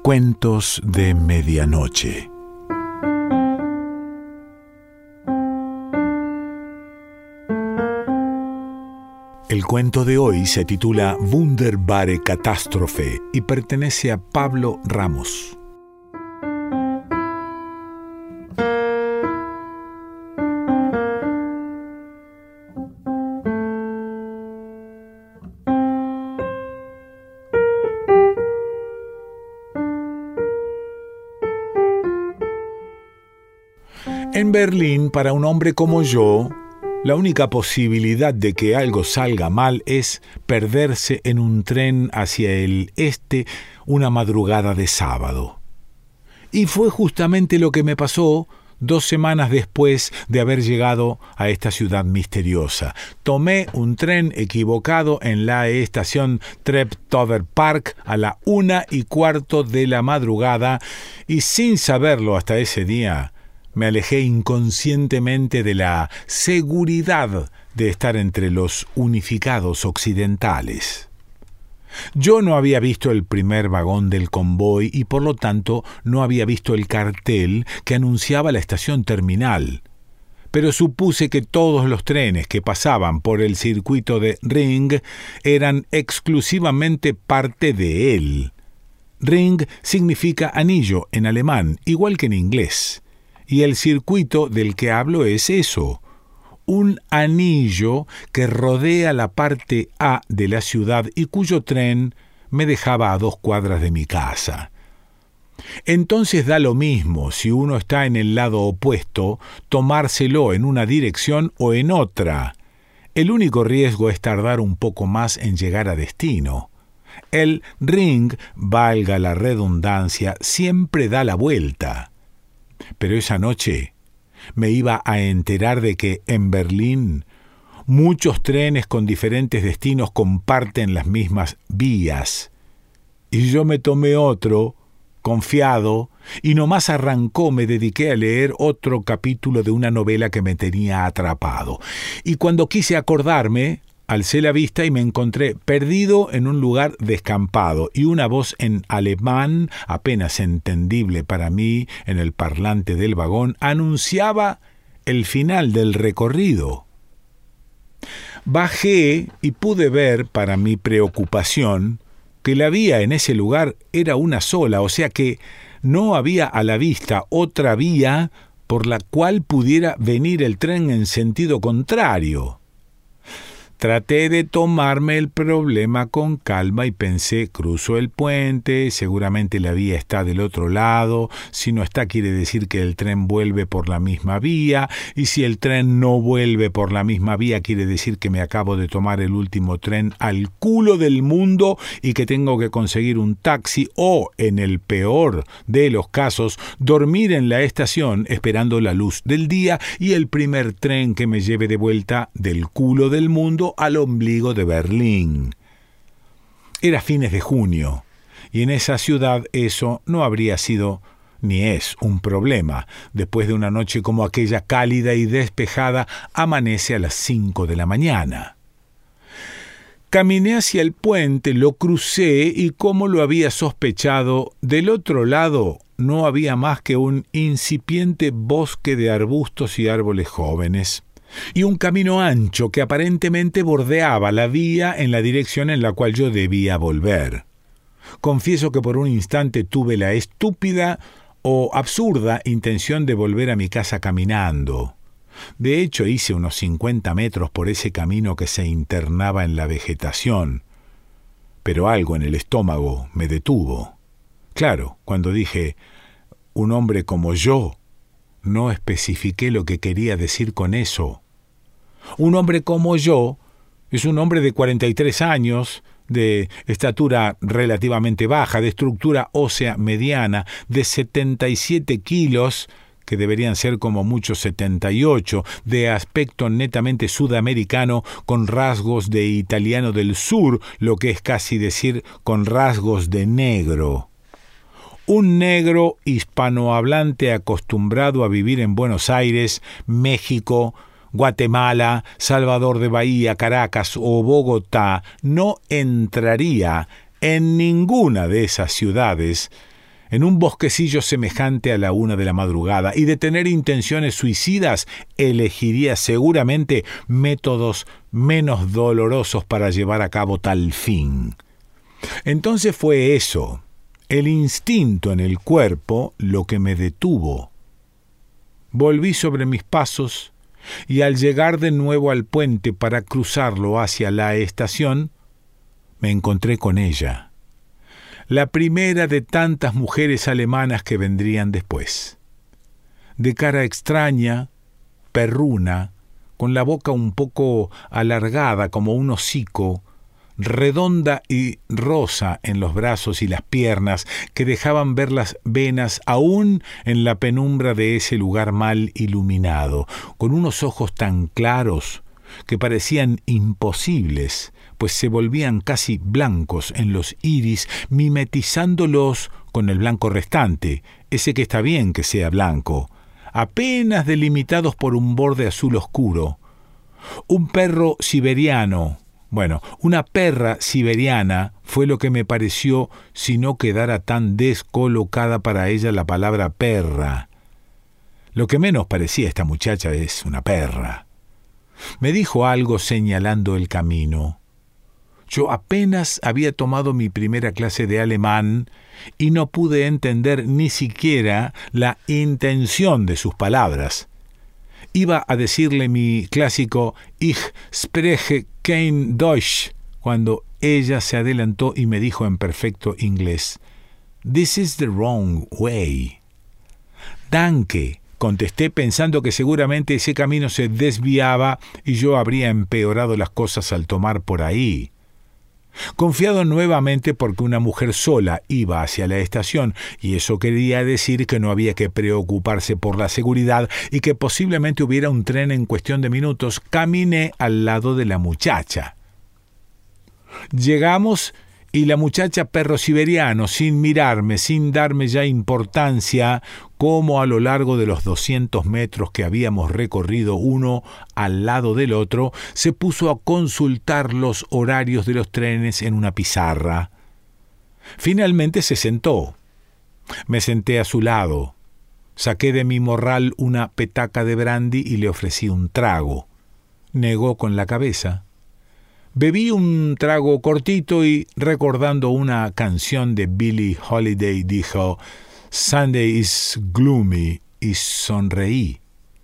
Cuentos de Medianoche. El cuento de hoy se titula Wunderbare Katastrophe y pertenece a Pablo Ramos. En Berlín, para un hombre como yo, la única posibilidad de que algo salga mal es perderse en un tren hacia el este una madrugada de sábado. Y fue justamente lo que me pasó 2 semanas después de haber llegado a esta ciudad misteriosa. Tomé un tren equivocado en la estación Treptower Park a la 1:15 de la madrugada y sin saberlo hasta ese día, me alejé inconscientemente de la seguridad de estar entre los unificados occidentales. Yo no había visto el primer vagón del convoy y por lo tanto no había visto el cartel que anunciaba la estación terminal, pero supuse que todos los trenes que pasaban por el circuito de Ring eran exclusivamente parte de él. Ring significa anillo en alemán, igual que en inglés. Y el circuito del que hablo es eso, un anillo que rodea la parte A de la ciudad y cuyo tren me dejaba a 2 cuadras de mi casa. Entonces da lo mismo si uno está en el lado opuesto, tomárselo en una dirección o en otra. El único riesgo es tardar un poco más en llegar a destino. El Ring, valga la redundancia, siempre da la vuelta. Pero esa noche me iba a enterar de que en Berlín muchos trenes con diferentes destinos comparten las mismas vías. Y yo me tomé otro, confiado, y nomás arrancó me dediqué a leer otro capítulo de una novela que me tenía atrapado. Y cuando quise acordarme, alcé la vista y me encontré perdido en un lugar descampado y una voz en alemán, apenas entendible para mí en el parlante del vagón, anunciaba el final del recorrido. Bajé y pude ver, para mi preocupación, que la vía en ese lugar era una sola, o sea que no había a la vista otra vía por la cual pudiera venir el tren en sentido contrario. Traté de tomarme el problema con calma y pensé, cruzo el puente, seguramente la vía está del otro lado, si no está quiere decir que el tren vuelve por la misma vía, y si el tren no vuelve por la misma vía quiere decir que me acabo de tomar el último tren al culo del mundo y que tengo que conseguir un taxi o, en el peor de los casos, dormir en la estación esperando la luz del día y el primer tren que me lleve de vuelta del culo del mundo al ombligo de Berlín. Era fines de junio, y en esa ciudad eso no habría sido ni es un problema. Después de una noche como aquella cálida y despejada, amanece a las 5 de la mañana. Caminé hacia el puente, lo crucé y, como lo había sospechado, del otro lado no había más que un incipiente bosque de arbustos y árboles jóvenes, y un camino ancho que aparentemente bordeaba la vía en la dirección en la cual yo debía volver. Confieso que por un instante tuve la estúpida o absurda intención de volver a mi casa caminando. De hecho, hice unos 50 metros por ese camino que se internaba en la vegetación, pero algo en el estómago me detuvo. Claro, cuando dije «un hombre como yo», no especifiqué lo que quería decir con eso. Un hombre como yo es un hombre de 43 años, de estatura relativamente baja, de estructura ósea mediana, de 77 kilos, que deberían ser como mucho 78, de aspecto netamente sudamericano, con rasgos de italiano del sur, lo que es casi decir con rasgos de negro. Un negro hispanohablante acostumbrado a vivir en Buenos Aires, México, Guatemala, Salvador de Bahía, Caracas o Bogotá no entraría en ninguna de esas ciudades en un bosquecillo semejante a la 1 de la madrugada, y de tener intenciones suicidas, elegiría seguramente métodos menos dolorosos para llevar a cabo tal fin. Entonces fue eso, el instinto en el cuerpo, lo que me detuvo. Volví sobre mis pasos, y al llegar de nuevo al puente para cruzarlo hacia la estación, me encontré con ella. La primera de tantas mujeres alemanas que vendrían después. De cara extraña, perruna, con la boca un poco alargada como un hocico, redonda y rosa en los brazos y las piernas que dejaban ver las venas aún en la penumbra de ese lugar mal iluminado, con unos ojos tan claros que parecían imposibles, pues se volvían casi blancos en los iris, mimetizándolos con el blanco restante, ese que está bien que sea blanco, apenas delimitados por un borde azul oscuro. Un perro siberiano, una perra siberiana fue lo que me pareció, si no quedara tan descolocada para ella la palabra perra. Lo que menos parecía esta muchacha es una perra. Me dijo algo señalando el camino. Yo apenas había tomado mi primera clase de alemán y no pude entender ni siquiera la intención de sus palabras. Iba a decirle mi clásico Ich spreche kein Deutsch, cuando ella se adelantó y me dijo en perfecto inglés, This is the wrong way. Danke, contesté pensando que seguramente ese camino se desviaba y yo habría empeorado las cosas al tomar por ahí. Confiado nuevamente porque una mujer sola iba hacia la estación, y eso quería decir que no había que preocuparse por la seguridad y que posiblemente hubiera un tren en cuestión de minutos, caminé al lado de la muchacha. Llegamos y la muchacha perro siberiano, sin mirarme, sin darme ya importancia, como a lo largo de los 200 metros que habíamos recorrido uno al lado del otro, se puso a consultar los horarios de los trenes en una pizarra. Finalmente se sentó. Me senté a su lado. Saqué de mi morral una petaca de brandy y le ofrecí un trago. Negó con la cabeza. Bebí un trago cortito y, recordando una canción de Billie Holiday, dijo, Sunday is gloomy, y sonreí.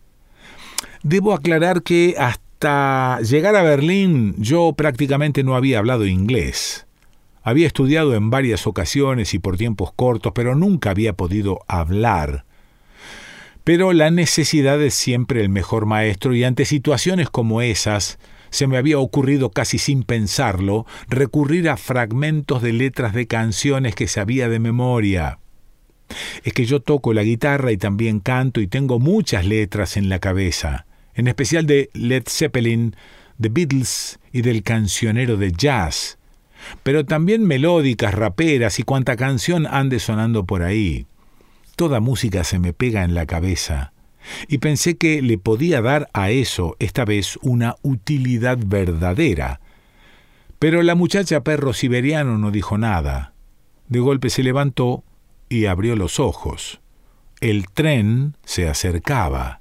Debo aclarar que hasta llegar a Berlín yo prácticamente no había hablado inglés. Había estudiado en varias ocasiones y por tiempos cortos, pero nunca había podido hablar. Pero la necesidad es siempre el mejor maestro, y ante situaciones como esas, se me había ocurrido casi sin pensarlo recurrir a fragmentos de letras de canciones que sabía de memoria. Es que yo toco la guitarra y también canto y tengo muchas letras en la cabeza, en especial de Led Zeppelin, The Beatles y del cancionero de jazz, pero también melódicas, raperas y cuanta canción ande sonando por ahí. Toda música se me pega en la cabeza. Y pensé que le podía dar a eso, esta vez, una utilidad verdadera. Pero la muchacha perro siberiano no dijo nada. De golpe se levantó y abrió los ojos. El tren se acercaba.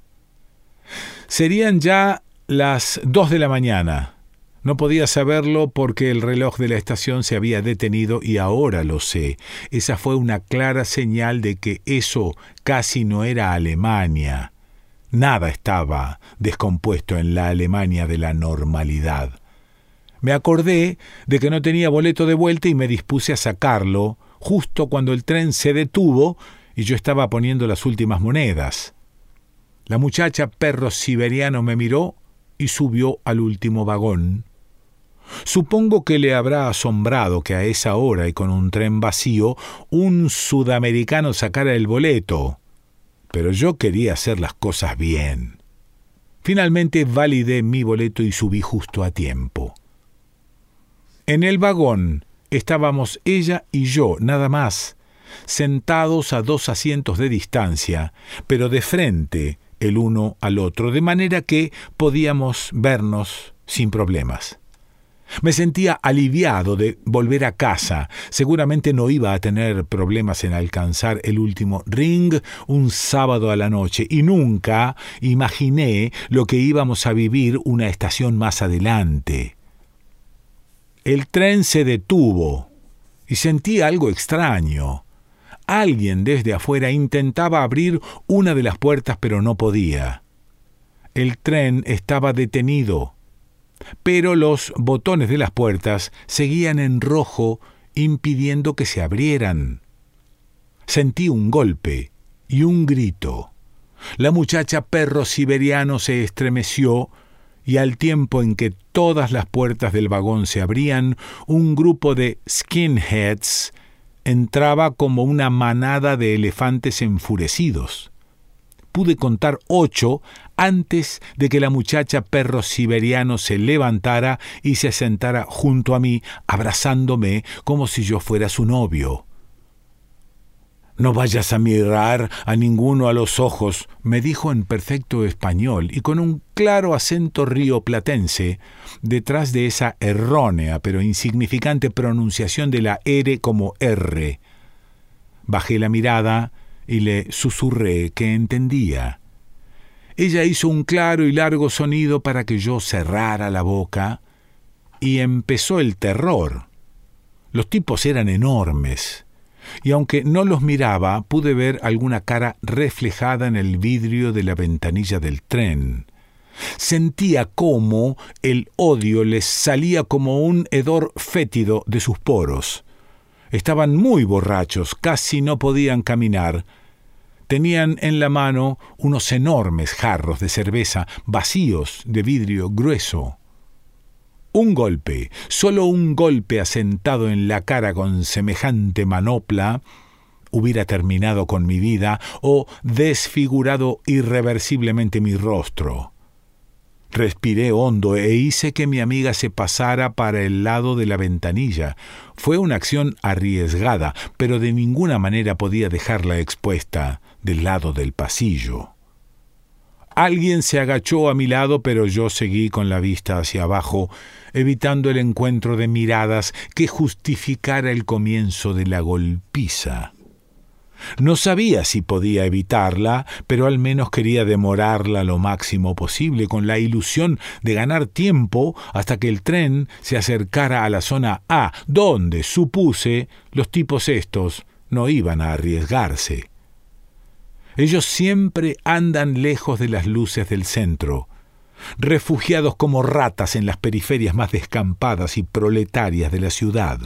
Serían ya las 2 de la mañana. No podía saberlo porque el reloj de la estación se había detenido y ahora lo sé. Esa fue una clara señal de que eso casi no era Alemania. Nada estaba descompuesto en la Alemania de la normalidad. Me acordé de que no tenía boleto de vuelta y me dispuse a sacarlo justo cuando el tren se detuvo y yo estaba poniendo las últimas monedas. La muchacha perro siberiano me miró y subió al último vagón. Supongo que le habrá asombrado que a esa hora y con un tren vacío un sudamericano sacara el boleto. Pero yo quería hacer las cosas bien. Finalmente validé mi boleto y subí justo a tiempo. En el vagón estábamos ella y yo, nada más, sentados a 2 asientos de distancia, pero de frente el uno al otro, de manera que podíamos vernos sin problemas. Me sentía aliviado de volver a casa. Seguramente no iba a tener problemas en alcanzar el último ring un sábado a la noche, y nunca imaginé lo que íbamos a vivir una estación más adelante. El tren se detuvo y sentí algo extraño. Alguien desde afuera intentaba abrir una de las puertas, pero no podía. El tren estaba detenido, pero los botones de las puertas seguían en rojo, impidiendo que se abrieran. Sentí un golpe y un grito. La muchacha perro siberiano se estremeció, y al tiempo en que todas las puertas del vagón se abrían, un grupo de skinheads entraba como una manada de elefantes enfurecidos. Pude contar 8 antes de que la muchacha perro siberiano se levantara y se sentara junto a mí, abrazándome como si yo fuera su novio. «No vayas a mirar a ninguno a los ojos», me dijo en perfecto español y con un claro acento rioplatense, detrás de esa errónea pero insignificante pronunciación de la R como R. Bajé la mirada y le susurré que entendía. Ella hizo un claro y largo sonido para que yo cerrara la boca, y empezó el terror. Los tipos eran enormes, y aunque no los miraba, pude ver alguna cara reflejada en el vidrio de la ventanilla del tren. Sentía cómo el odio les salía como un hedor fétido de sus poros. Estaban muy borrachos, casi no podían caminar. Tenían en la mano unos enormes jarros de cerveza vacíos de vidrio grueso. Un golpe, solo un golpe asentado en la cara con semejante manopla, hubiera terminado con mi vida o desfigurado irreversiblemente mi rostro. Respiré hondo e hice que mi amiga se pasara para el lado de la ventanilla. Fue una acción arriesgada, pero de ninguna manera podía dejarla expuesta del lado del pasillo. Alguien se agachó a mi lado, pero yo seguí con la vista hacia abajo, evitando el encuentro de miradas que justificara el comienzo de la golpiza. No sabía si podía evitarla, pero al menos quería demorarla lo máximo posible, con la ilusión de ganar tiempo hasta que el tren se acercara a la zona A, donde, supuse, los tipos estos no iban a arriesgarse. Ellos siempre andan lejos de las luces del centro, refugiados como ratas en las periferias más descampadas y proletarias de la ciudad.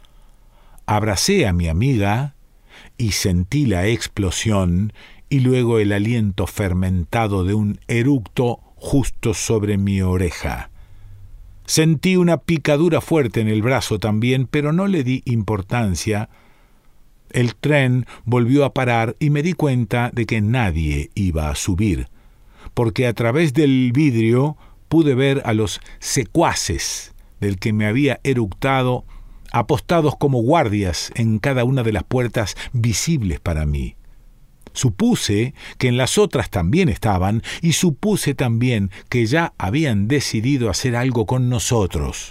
Abracé a mi amiga y sentí la explosión y luego el aliento fermentado de un eructo justo sobre mi oreja. Sentí una picadura fuerte en el brazo también, pero no le di importancia. El tren volvió a parar y me di cuenta de que nadie iba a subir, porque a través del vidrio pude ver a los secuaces del que me había eructado apostados como guardias en cada una de las puertas visibles para mí. Supuse que en las otras también estaban, y supuse también que ya habían decidido hacer algo con nosotros.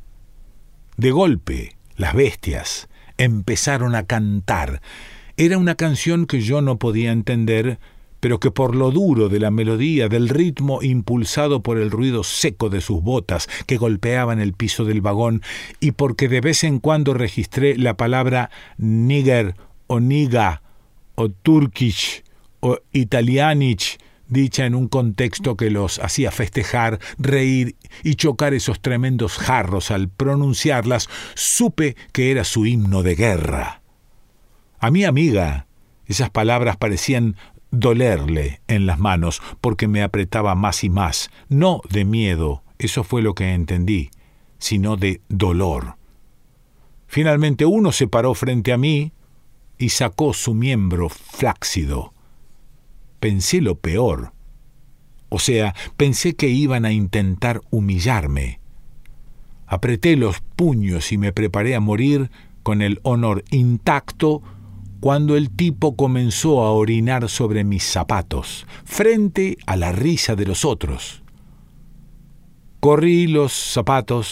De golpe, las bestias empezaron a cantar. Era una canción que yo no podía entender, pero que por lo duro de la melodía, del ritmo impulsado por el ruido seco de sus botas que golpeaban el piso del vagón, y porque de vez en cuando registré la palabra nigger o niga o turkish o italianich, dicha en un contexto que los hacía festejar, reír y chocar esos tremendos jarros al pronunciarlas, supe que era su himno de guerra. A mi amiga esas palabras parecían dolerle en las manos, porque me apretaba más y más, no de miedo, eso fue lo que entendí, sino de dolor. Finalmente uno se paró frente a mí y sacó su miembro flácido. Pensé lo peor. O sea, pensé que iban a intentar humillarme. Apreté los puños y me preparé a morir con el honor intacto cuando el tipo comenzó a orinar sobre mis zapatos, frente a la risa de los otros. Corrí los zapatos,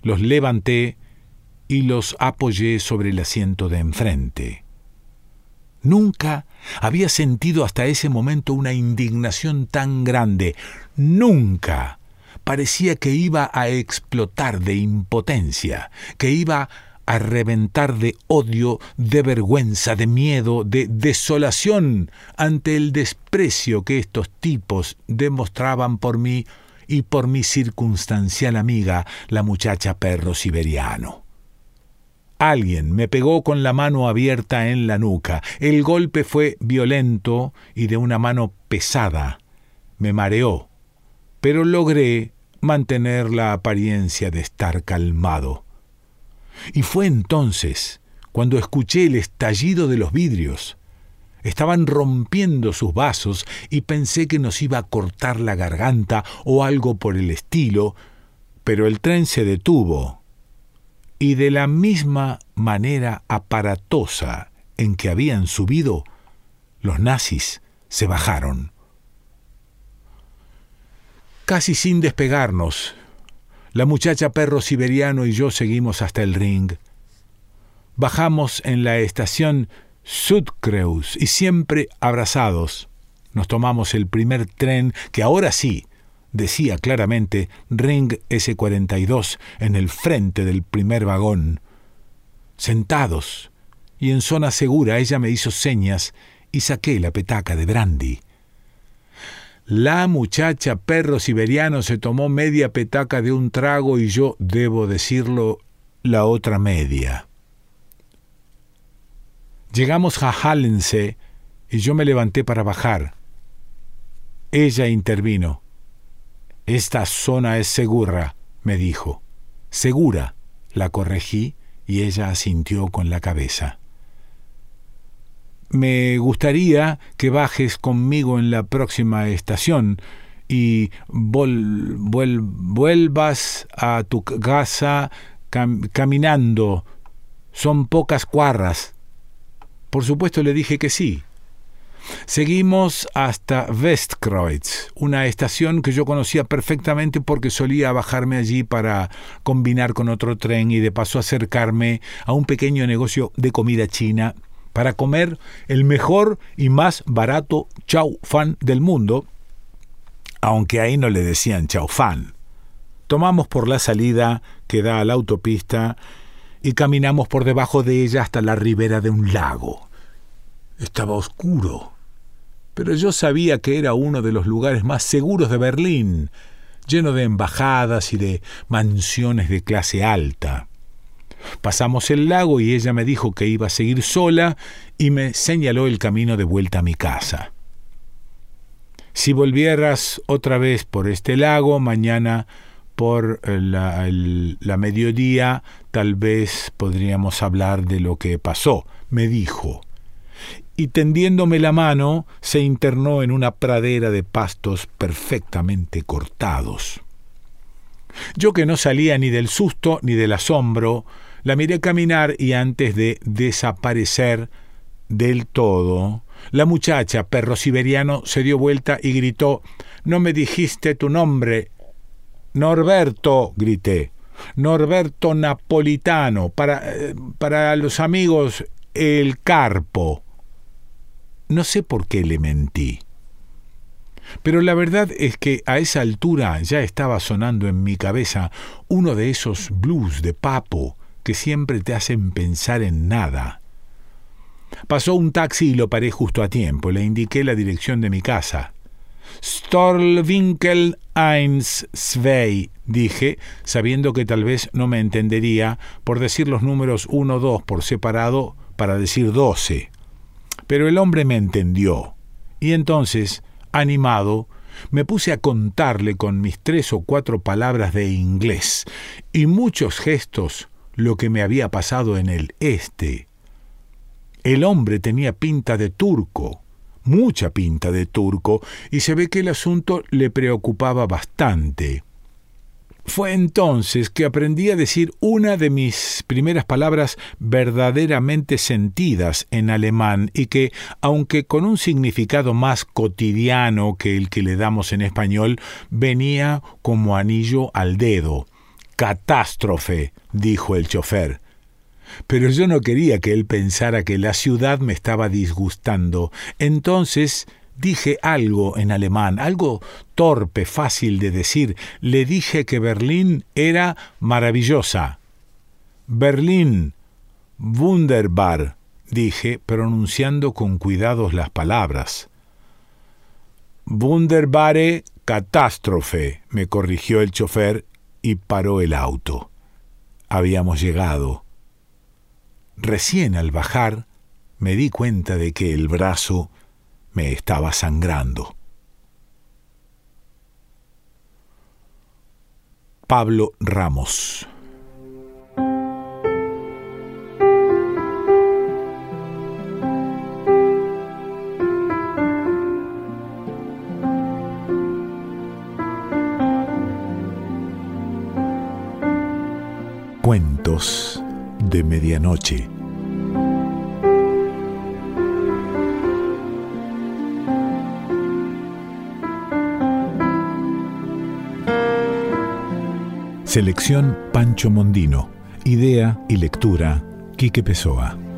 Los levanté y los apoyé sobre el asiento de enfrente. Nunca había sentido hasta ese momento una indignación tan grande. Nunca. Parecía que iba a explotar de impotencia, que iba a reventar de odio, de vergüenza, de miedo, de desolación ante el desprecio que estos tipos demostraban por mí y por mi circunstancial amiga, la muchacha perro siberiano. Alguien me pegó con la mano abierta en la nuca. El golpe fue violento y de una mano pesada. Me mareó, pero logré mantener la apariencia de estar calmado. Y fue entonces cuando escuché el estallido de los vidrios. Estaban rompiendo sus vasos y pensé que nos iba a cortar la garganta o algo por el estilo, pero el tren se detuvo. Y de la misma manera aparatosa en que habían subido, los nazis se bajaron. Casi sin despegarnos, la muchacha perro siberiano y yo seguimos hasta el Ring. Bajamos en la estación Sudkreuz y siempre abrazados nos tomamos el primer tren que ahora sí decía claramente Ring S42 en el frente del primer vagón. Sentados y en zona segura, ella me hizo señas y saqué la petaca de brandy. La muchacha perro siberiano se tomó media petaca de un trago y yo, debo decirlo, la otra media. Llegamos a Hallense y yo me levanté para bajar. Ella intervino. «Esta zona es segura», me dijo. «Segura», la corregí y ella asintió con la cabeza. «Me gustaría que bajes conmigo en la próxima estación y vuelvas a tu casa caminando. Son pocas cuadras». Por supuesto le dije que sí. Seguimos hasta Westkreuz, una estación que yo conocía perfectamente porque solía bajarme allí para combinar con otro tren y de paso acercarme a un pequeño negocio de comida china para comer el mejor y más barato chow fan del mundo, aunque ahí no le decían chow fan. Tomamos por la salida que da a la autopista y caminamos por debajo de ella hasta la ribera de un lago. Estaba oscuro, pero yo sabía que era uno de los lugares más seguros de Berlín, lleno de embajadas y de mansiones de clase alta. Pasamos el lago y ella me dijo que iba a seguir sola y me señaló el camino de vuelta a mi casa. «Si volvieras otra vez por este lago, mañana por la mediodía, tal vez podríamos hablar de lo que pasó», me dijo. Y tendiéndome la mano, se internó en una pradera de pastos perfectamente cortados. Yo, que no salía ni del susto ni del asombro, la miré caminar y antes de desaparecer del todo, la muchacha perro siberiano se dio vuelta y gritó: «No me dijiste tu nombre». «Norberto», grité. «Norberto Napolitano, para los amigos, el Carpo». No sé por qué le mentí. Pero la verdad es que a esa altura ya estaba sonando en mi cabeza uno de esos blues de Papo que siempre te hacen pensar en nada. Pasó un taxi y lo paré justo a tiempo. Le indiqué la dirección de mi casa. «Storlwinkel 1-2», dije, sabiendo que tal vez no me entendería por decir los números 1-2 por separado para decir 12. Pero el hombre me entendió, y entonces, animado, me puse a contarle con mis 3 o 4 palabras de inglés y muchos gestos lo que me había pasado en el este. El hombre tenía pinta de turco, mucha pinta de turco, y se ve que el asunto le preocupaba bastante. Fue entonces que aprendí a decir una de mis primeras palabras verdaderamente sentidas en alemán y que, aunque con un significado más cotidiano que el que le damos en español, venía como anillo al dedo: Catástrofe, dijo el chofer. Pero yo no quería que él pensara que la ciudad me estaba disgustando. Entonces dije algo en alemán, algo torpe, fácil de decir. Le dije que Berlín era maravillosa. Berlín, wunderbar, dije, pronunciando con cuidado las palabras. Wunderbare Catástrofe, me corrigió el chofer y paró el auto. Habíamos llegado. Recién al bajar me di cuenta de que el brazo me estaba sangrando. Pablo Ramos. Cuentos de medianoche. Selección Pancho Mondino. Idea y lectura Quique Pessoa.